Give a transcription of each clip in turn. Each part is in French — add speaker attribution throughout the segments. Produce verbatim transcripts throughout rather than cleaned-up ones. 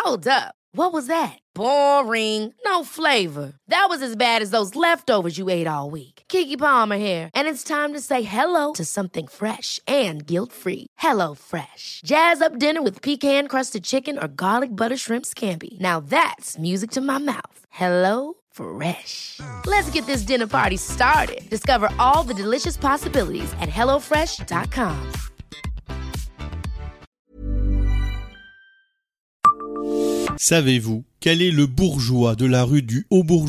Speaker 1: Hold up. What was that? Boring. No flavor. That was as bad as those leftovers you ate all week. Keke Palmer here, and it's time to say hello to something fresh and guilt-free. Hello Fresh. Jazz up dinner with pecan-crusted chicken or garlic butter shrimp scampi. Now that's music to my mouth. Hello Fresh. Let's get this dinner party started. Discover all the delicious possibilities at hello fresh dot com.
Speaker 2: Savez-vous quel est le bourgeois de la rue du Haut-Bourgeois ?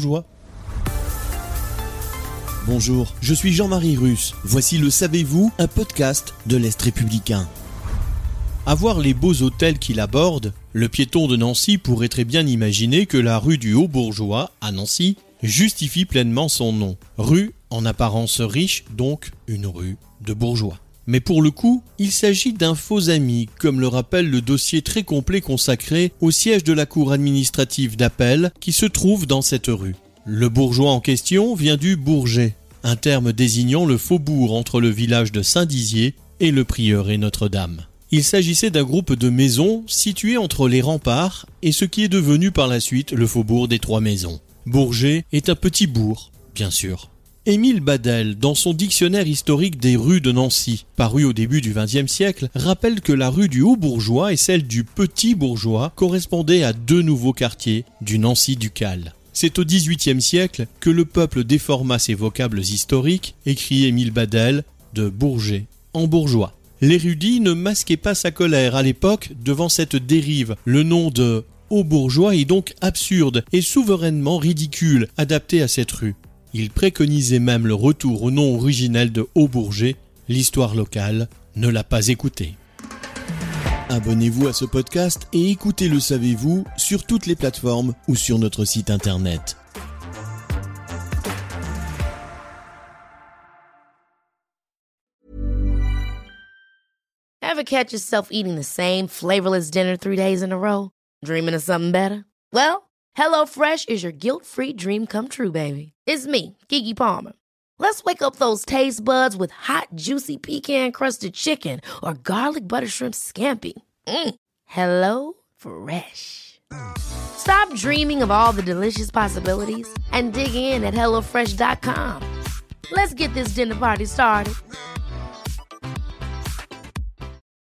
Speaker 2: Bonjour, je suis Jean-Marie Russe. Voici le Savez-vous, un podcast de l'Est républicain. À voir les beaux hôtels qu'il aborde, le piéton de Nancy pourrait très bien imaginer que la rue du Haut-Bourgeois, à Nancy, justifie pleinement son nom. Rue en apparence riche, donc une rue de bourgeois. Mais pour le coup, il s'agit d'un faux ami, comme le rappelle le dossier très complet consacré au siège de la cour administrative d'appel qui se trouve dans cette rue. Le bourgeois en question vient du Bourget, un terme désignant le faubourg entre le village de Saint-Dizier et le prieuré Notre-Dame. Il s'agissait d'un groupe de maisons situées entre les remparts et ce qui est devenu par la suite le faubourg des Trois Maisons. Bourget est un petit bourg, bien sûr. Émile Badel, dans son dictionnaire historique des rues de Nancy, paru au début du vingtième siècle, rappelle que la rue du Haut-Bourgeois et celle du Petit Bourgeois correspondaient à deux nouveaux quartiers du Nancy ducal. C'est au dix-huitième siècle que le peuple déforma ses vocables historiques, écrit Émile Badel, de Bourget en bourgeois. L'érudit ne masquait pas sa colère à l'époque devant cette dérive. Le nom de Haut-Bourgeois est donc absurde et souverainement ridicule, adapté à cette rue. Il préconisait même le retour au nom originel de Haut-Bourget. L'histoire locale ne l'a pas écouté. Abonnez-vous à ce podcast et écoutez Le Savez-vous sur toutes les plateformes ou sur notre site internet.
Speaker 1: Ever catch yourself eating the same flavorless dinner three days in a row? Dreaming of something better? Well, HelloFresh is your guilt-free dream come true, baby. It's me, Keke Palmer. Let's wake up those taste buds with hot, juicy pecan-crusted chicken or garlic butter shrimp scampi. Mm. Hello Fresh. Stop dreaming of all the delicious possibilities and dig in at hello fresh dot com. Let's get this dinner party started.